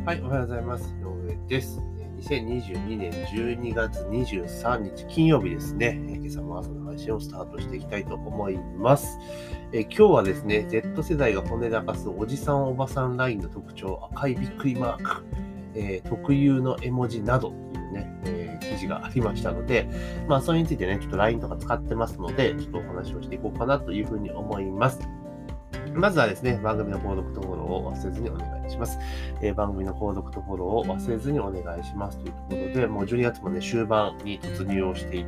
はい、おはようございます。井上です。2022年12月23日金曜日ですね。今朝も朝の配信をスタートしていきたいと思います。今日はですね、Z 世代が骨高すおじさんおばさんラインの特徴、赤いびっくりマーク、特有の絵文字などというね、記事がありましたので、それについてね、ちょっと LINE とか使ってますので、ちょっとお話をしていこうかなというふうに思います。まずはですね、番組の購読とフォローを忘れずにお願いします。番組の購読とフォローを忘れずにお願いしますというところで、もう12月もね、終盤に突入をしていって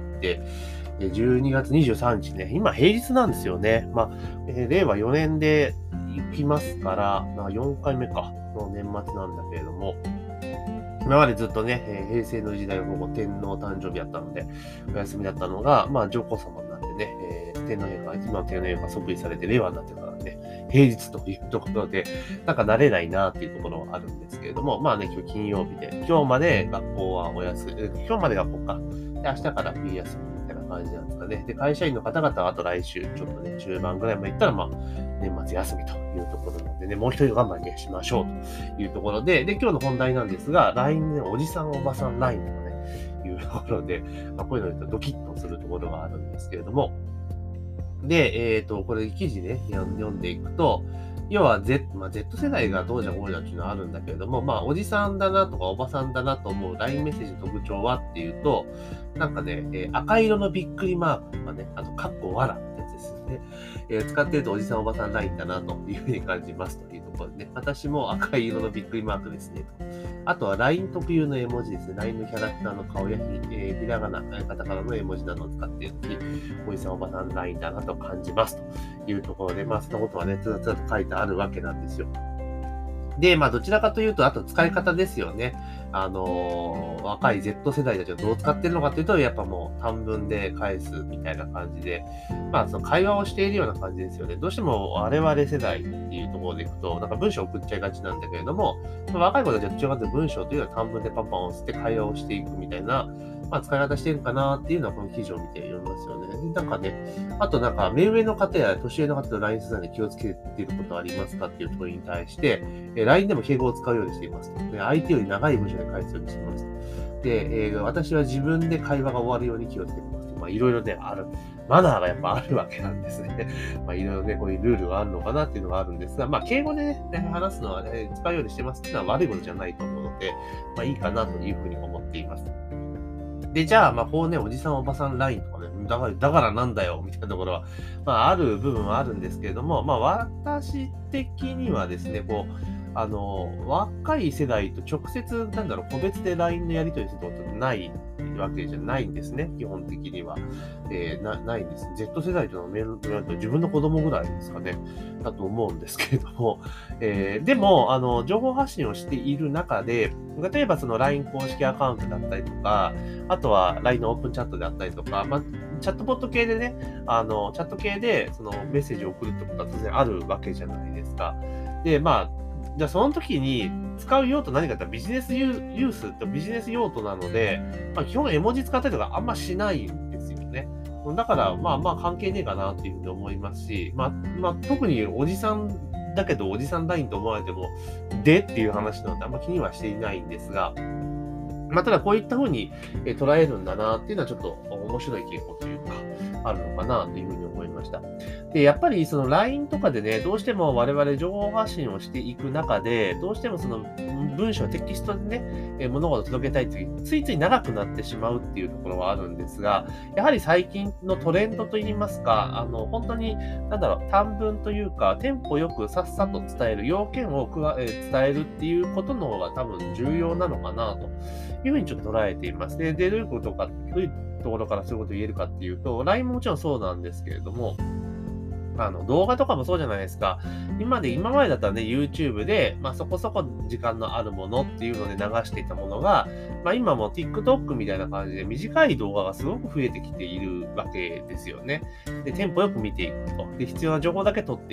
、12月23日ね、今平日なんですよね。令和4年で行きますから、4回目かの年末なんだけれども、今までずっとね、平成の時代は午後天皇誕生日だったので、お休みだったのが、上皇様になってね、天皇陛下、今の天皇陛下即位されて令和になってからね、平日というところで、慣れないなっていうところはあるんですけれども、今日金曜日で、今日まで学校はお休み、今日まで学校か。で、明日から冬休みみたいな感じなんですかね。で、会社員の方々はあと来週、ちょっとね、中盤ぐらいまで行ったら、年末休みというところなのでね、もう一人我慢ね、しましょうというところで、今日の本題なんですが、LINE でおじさんおばさん LINE とかね、いうところで、こういうのを言うとドキッとするところがあるんですけれども、で、これ記事ね、読んでいくと、要は Z 世代がどうじゃこうじゃっていうのはあるんだけれども、おじさんだなとかおばさんだなと思う LINE メッセージの特徴はっていうと、赤色のびっくりマークとかね、あと、笑ってやつですよね。使ってるとおじさんおばさん LINE だなというふうに感じますというところでね、私も赤い色のびっくりマークですねと。あとは LINE 特有の絵文字ですね。LINE のキャラクターの顔やひらがな、カタカナの絵文字などを使っているとき、おじさんおばさん LINE だなと感じますというところで、そんなことはね、つらつらと書いてあるわけなんですよ。で、どちらかというと、あと使い方ですよね。若い Z 世代たちがどう使ってるのかというと、やっぱもう短文で返すみたいな感じで、その会話をしているような感じですよね。どうしても我々世代っていうところでいくと、文章を送っちゃいがちなんだけれども、若い子たちはどちらかというと文章というのは短文でパンパン押して会話をしていくみたいな、使い方してるかなっていうのはこの記事を見て読みますよね。あと目上の方や年上の方と LINE するのに気をつけていることはありますかっていう問いに対して、LINE でも敬語を使うようにしていますと。相手より長い文章で返すようにしていますと。で、私は自分で会話が終わるように気をつけてますと。いろいろね、マナーがやっぱあるわけなんですね。いろいろね、こういうルールがあるのかなっていうのがあるんですが、敬語でね、話すのはね、使うようにしてますっていうのは悪いことじゃないと思うので、いいかなというふうに思っています。で、じゃあ、こうね、おじさんおばさんラインとかね、だからなんだよ、みたいなところは、ある部分はあるんですけれども、私的にはですね、若い世代と直接、個別で LINE のやり取りすることないわけじゃないんですね、基本的には。ないんです。Z 世代とのメールとなると自分の子供ぐらいですかね、だと思うんですけれども、でも、情報発信をしている中で、例えばその LINE 公式アカウントだったりとか、あとは LINE のオープンチャットであったりとか、チャットボット系でね、チャット系でそのメッセージを送るってことは当然あるわけじゃないですか。で、じゃあその時に使う用途何かって言ったらビジネスユースとビジネス用途なので、基本絵文字使ったりとかあんましないんですよね。だから、関係ねえかなっていうふうに思いますし、特におじさんだけどおじさんラインと思われても、でっていう話なのであんま気にはしていないんですが、ただこういった風に捉えるんだなっていうのはちょっと面白い傾向というか、あるのかなというふうに思いました。で、やっぱりその LINE とかでね、どうしても我々情報発信をしていく中で、どうしてもその文章、テキストでね、物事を届けたいとき、ついつい長くなってしまうっていうところはあるんですが、やはり最近のトレンドといいますか、本当に、短文というか、テンポよくさっさと伝える、要件を伝えるっていうことの方が多分重要なのかなというふうにちょっと捉えています。で、どういうことか、どういうところからそういうことを言えるかっていうと、LINE ももちろんそうなんですけれども、動画とかもそうじゃないですか。今までだったらね、YouTube で、そこそこ時間のあるものっていうので流していたものが、今も TikTok みたいな感じで短い動画がすごく増えてきているわけですよね。で、テンポよく見ていくと。で、必要な情報だけ取っていくみ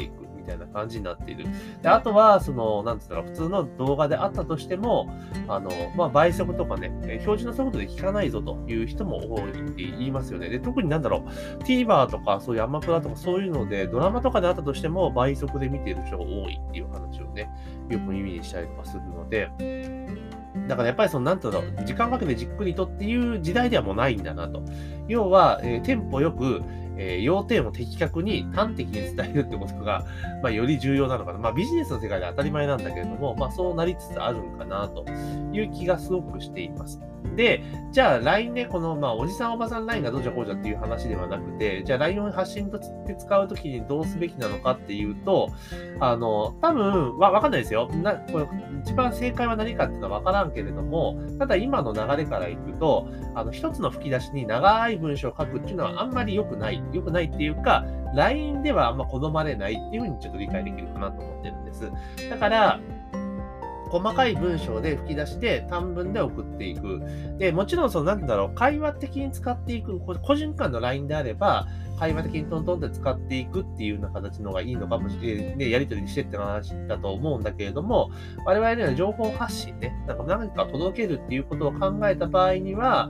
たいな感じになっている。で、あとは、なんつうんだろう、普通の動画であったとしても、倍速とかね、標準の速度で聞かないぞという人も多いって言いますよね。で、特にTVer とか、そういうアマプラとかそういうので、ドラマとかであったとしても、倍速で見ている人が多いっていう話をね、よく耳にしたりとかするので、だからやっぱり時間かけてじっくりとっていう時代ではもうないんだなと。要は、テンポよく、要点を的確に端的に伝えるってことが、より重要なのかな。ビジネスの世界で当たり前なんだけれども、そうなりつつあるんかなという気がすごくしています。で、じゃあ LINE ね、おじさんおばさん LINE がどうじゃこうじゃっていう話ではなくて、じゃあ LINE を発信として使うときにどうすべきなのかっていうと、多分、わかんないですよ。これ一番正解は何かっていうのはわからんけれども、ただ今の流れからいくと、一つの吹き出しに長い文章を書くっていうのはあんまり良くない。良くないっていうか、LINE ではあんま好まれないっていうふうにちょっと理解できるかなと思ってるんです。だから、細かい文章で吹き出しで短文で送っていく。で、もちろん会話的に使っていく、個人間の LINE であれば、会話的にトントンって使っていくっていうような形の方がいいのかもしれない。ね、やり取りしてって話だと思うんだけれども、我々の情報発信ね、何か届けるっていうことを考えた場合には、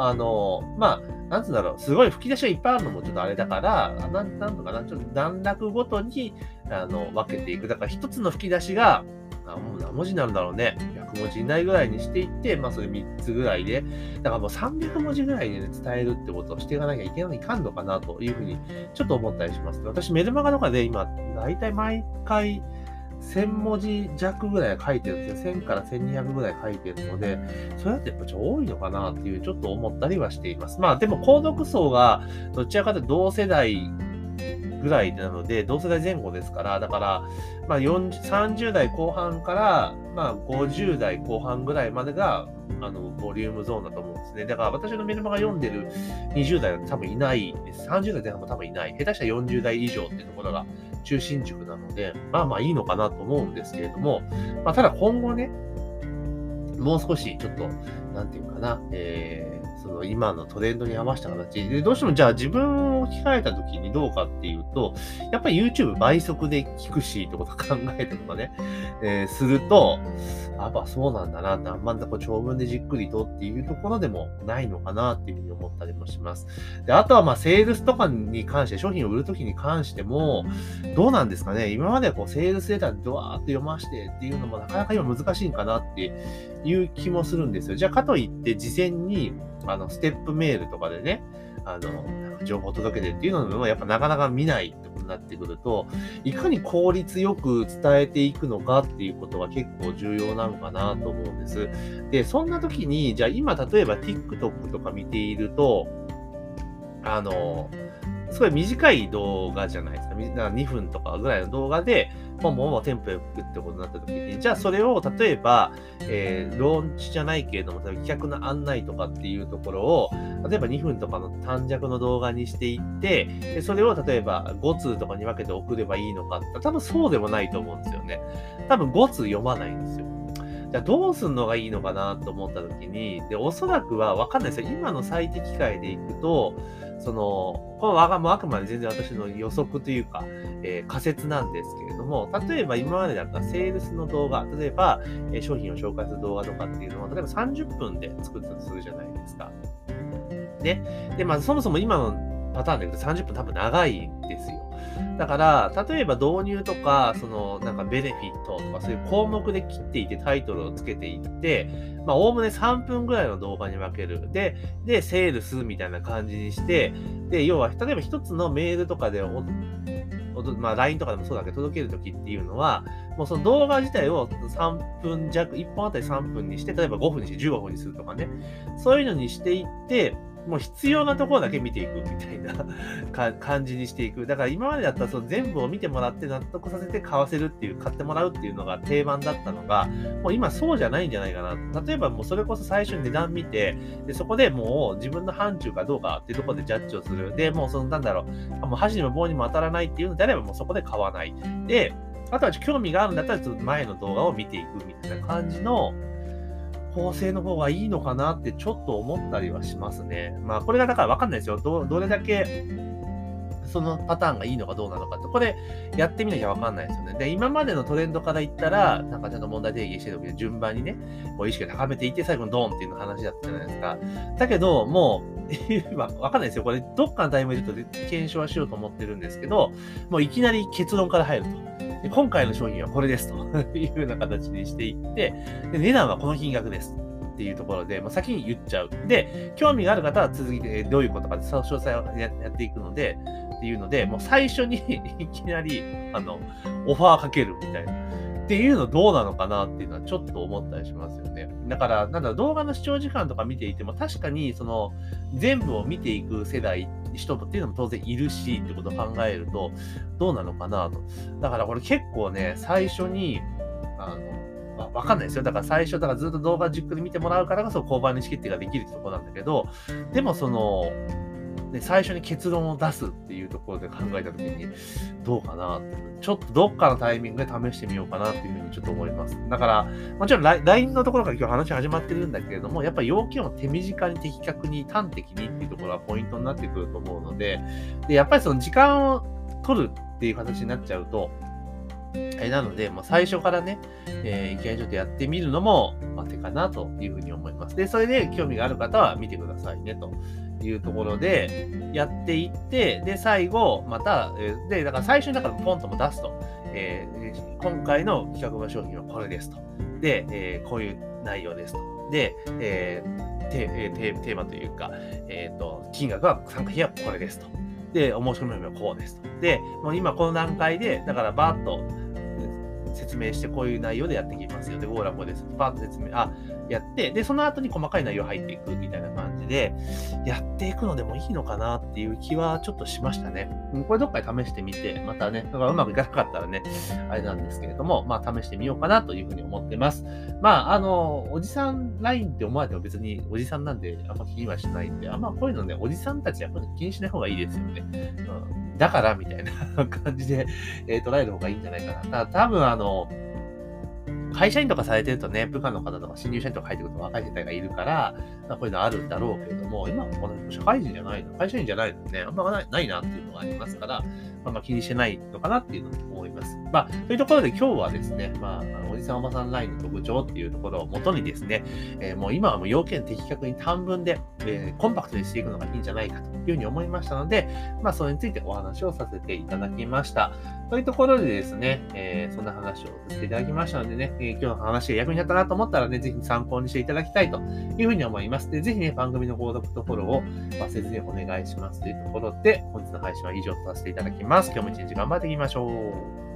すごい吹き出しがいっぱいあるのもちょっとあれだから、なんとかな、ちょっと段落ごとに、分けていく。だから一つの吹き出しが、何文字になるんだろうね。100文字以内ぐらいにしていって、それ3つぐらいで、だからもう300文字ぐらいで、ね、伝えるってことをしていかなきゃいかんのかなというふうにちょっと思ったりします。私メルマガとかで今、だいたい毎回1000文字弱ぐらい書いてるんですよ。1000から1200ぐらい書いてるので、それってやっぱ多いのかなっていうちょっと思ったりはしています。でも購読層がどちらかというと同世代ぐらいなので、同世代前後ですから、だから、30代後半から、50代後半ぐらいまでが、ボリュームゾーンだと思うんですね。だから私のメルマガ読んでる20代は多分いないです。30代前半も多分いない。下手したら40代以上っていうところが中心軸なので、いいのかなと思うんですけれども、ただ今後ね、もう少しちょっと、なんていうかな、今のトレンドに合わせた形で、どうしてもじゃあ自分を置き換えた時にどうかっていうと、やっぱり YouTube 倍速で聞くしってことを考えたとかね、すると、やっぱそうなんだなって、あんま長文でじっくりとっていうところでもないのかなっていうふうに思ったりもします。で、あとはセールスとかに関して、商品を売るときに関しても、どうなんですかね。今まではセールスデータドワーッと読ましてっていうのもなかなか今難しいんかなっていう気もするんですよ。じゃあかといって事前にステップメールとかでね、情報を届けてっていうのもやっぱなかなか見ないってことになってくると、いかに効率よく伝えていくのかっていうことは結構重要なのかなと思うんです。で、そんな時に、じゃあ今例えば TikTok とか見ていると、すごい短い動画じゃないですか。2分とかぐらいの動画で、ポンポンテンポよくってことになった時に、じゃあそれを例えば、ローンチじゃないけれども、例えば企画の案内とかっていうところを、例えば2分とかの短尺の動画にしていって、でそれを例えば5通とかに分けて送ればいいのかって、多分そうでもないと思うんですよね。多分5通読まないんですよ。じゃあどうすんのがいいのかなと思った時に、で、おそらくは分かんないですよ。今の最適解でいくと、これはもうあくまで全然私の予測というか、仮説なんですけれども、例えば今までだったらセールスの動画、例えば、商品を紹介する動画とかっていうのは、例えば30分で作ったとするじゃないですか。ね。で、そもそも今のパターンで言うと30分多分長いんですよ。だから、例えば導入とか、ベネフィットとか、そういう項目で切っていってタイトルをつけていって、おおむね3分ぐらいの動画に分ける。で、セールスみたいな感じにして、で、要は、例えば一つのメールとかでLINE とかでもそうだけど、届けるときっていうのは、もうその動画自体を3分弱、1本あたり3分にして、例えば5分にして15分にするとかね。そういうのにしていって、もう必要なところだけ見ていくみたいな感じにしていく。だから今までだったら全部を見てもらって納得させて買わせるっていう、買ってもらうっていうのが定番だったのが、もう今そうじゃないんじゃないかな。例えばもうそれこそ最初に値段見て、でそこでもう自分の範疇かどうかっていうところでジャッジをする。で、もうもう箸にも棒にも当たらないっていうのであればもうそこで買わない。で、あとは興味があるんだったらちょっと前の動画を見ていくみたいな感じの構成の方がいいのかなってちょっと思ったりはしますね。これがだから分かんないですよ。どれだけそのパターンがいいのかどうなのかって、これやってみなきゃわかんないですよね。で、今までのトレンドから言ったら、なんかちゃんと問題定義してる時に順番にね、こう意識を高めていって、最後にドーンっていう話だったじゃないですか。だけど、もう、わかんないですよ。これ、どっかのタイミングで検証はしようと思ってるんですけど、もういきなり結論から入ると。で今回の商品はこれですというような形にしていって、で値段はこの金額です。っていうところで、もう先に言っちゃう。で、興味がある方は続きでどういうことかって詳細をやっていくので、っていうので、もう最初にいきなり、オファーかけるみたいな。っていうのどうなのかなっていうのはちょっと思ったりしますよね。だから、動画の視聴時間とか見ていても、確かに、全部を見ていく人っていうのも当然いるし、ってことを考えると、どうなのかなと。だからこれ結構ね、最初に、わかんないですよ。だから最初、ずっと動画じっくり見てもらうからこそ、購買の意思決定ができるってところなんだけど、でも最初に結論を出すっていうところで考えたときに、どうかなって、ちょっとどっかのタイミングで試してみようかなっていうふうにちょっと思います。だから、もちろん LINE のところから今日話始まってるんだけれども、やっぱり要件を手短に的確に端的にっていうところがポイントになってくると思うので、やっぱりその時間を取るっていう形になっちゃうと、なので、最初からね、いきなりちょっとやってみるのも、手かなというふうに思います。で、それで興味がある方は見てくださいね、というところで、やっていって、で、最後、また、で、だから最初にポンとも出すと、今回の企画の商品はこれですと。で、こういう内容ですと。で、テーマというか、金額は参加費はこれですと。で、お申し込みはこうですと。で、もう今この段階で、だからバーッと説明して、こういう内容でやっていきますよ。で、ゴーラこうです。バーッと説明、やって、で、その後に細かい内容入っていくみたいな感じで、やっていくのでもいいのかなっていう気はちょっとしましたね。これどっかで試してみて、またね、だからうまくいかなかったらね、あれなんですけれども、試してみようかなというふうに思ってます。おじさんラインって思われても別におじさんなんであんま気にはしないんで、こういうのね、おじさんたちは気にしない方がいいですよね。だからみたいな感じで、捉える方がいいんじゃないかな。多分会社員とかされてるとね、部下の方とか新入社員とか入ってくると若い世代がいるから、こういうのあるんだろうけれども、今はこの社会人じゃないの、会社員じゃないのね、あんまないなっていうのがありますから、気にしてないのかなっていうのを思います。というところで今日はですね、おじさんおばさんラインの特徴っていうところをもとにですね、もう今はもう要件的確に短文で、コンパクトにしていくのがいいんじゃないかというふうに思いましたので、それについてお話をさせていただきました。というところでですね、そんな話をさせていただきましたのでね、今日の話が役に立ったなと思ったらね、ぜひ参考にしていただきたいというふうに思います。で、ぜひね、番組の購読とフォローを忘れずにお願いしますというところで、本日の配信は以上とさせていただきます。今日も一日頑張っていきましょう。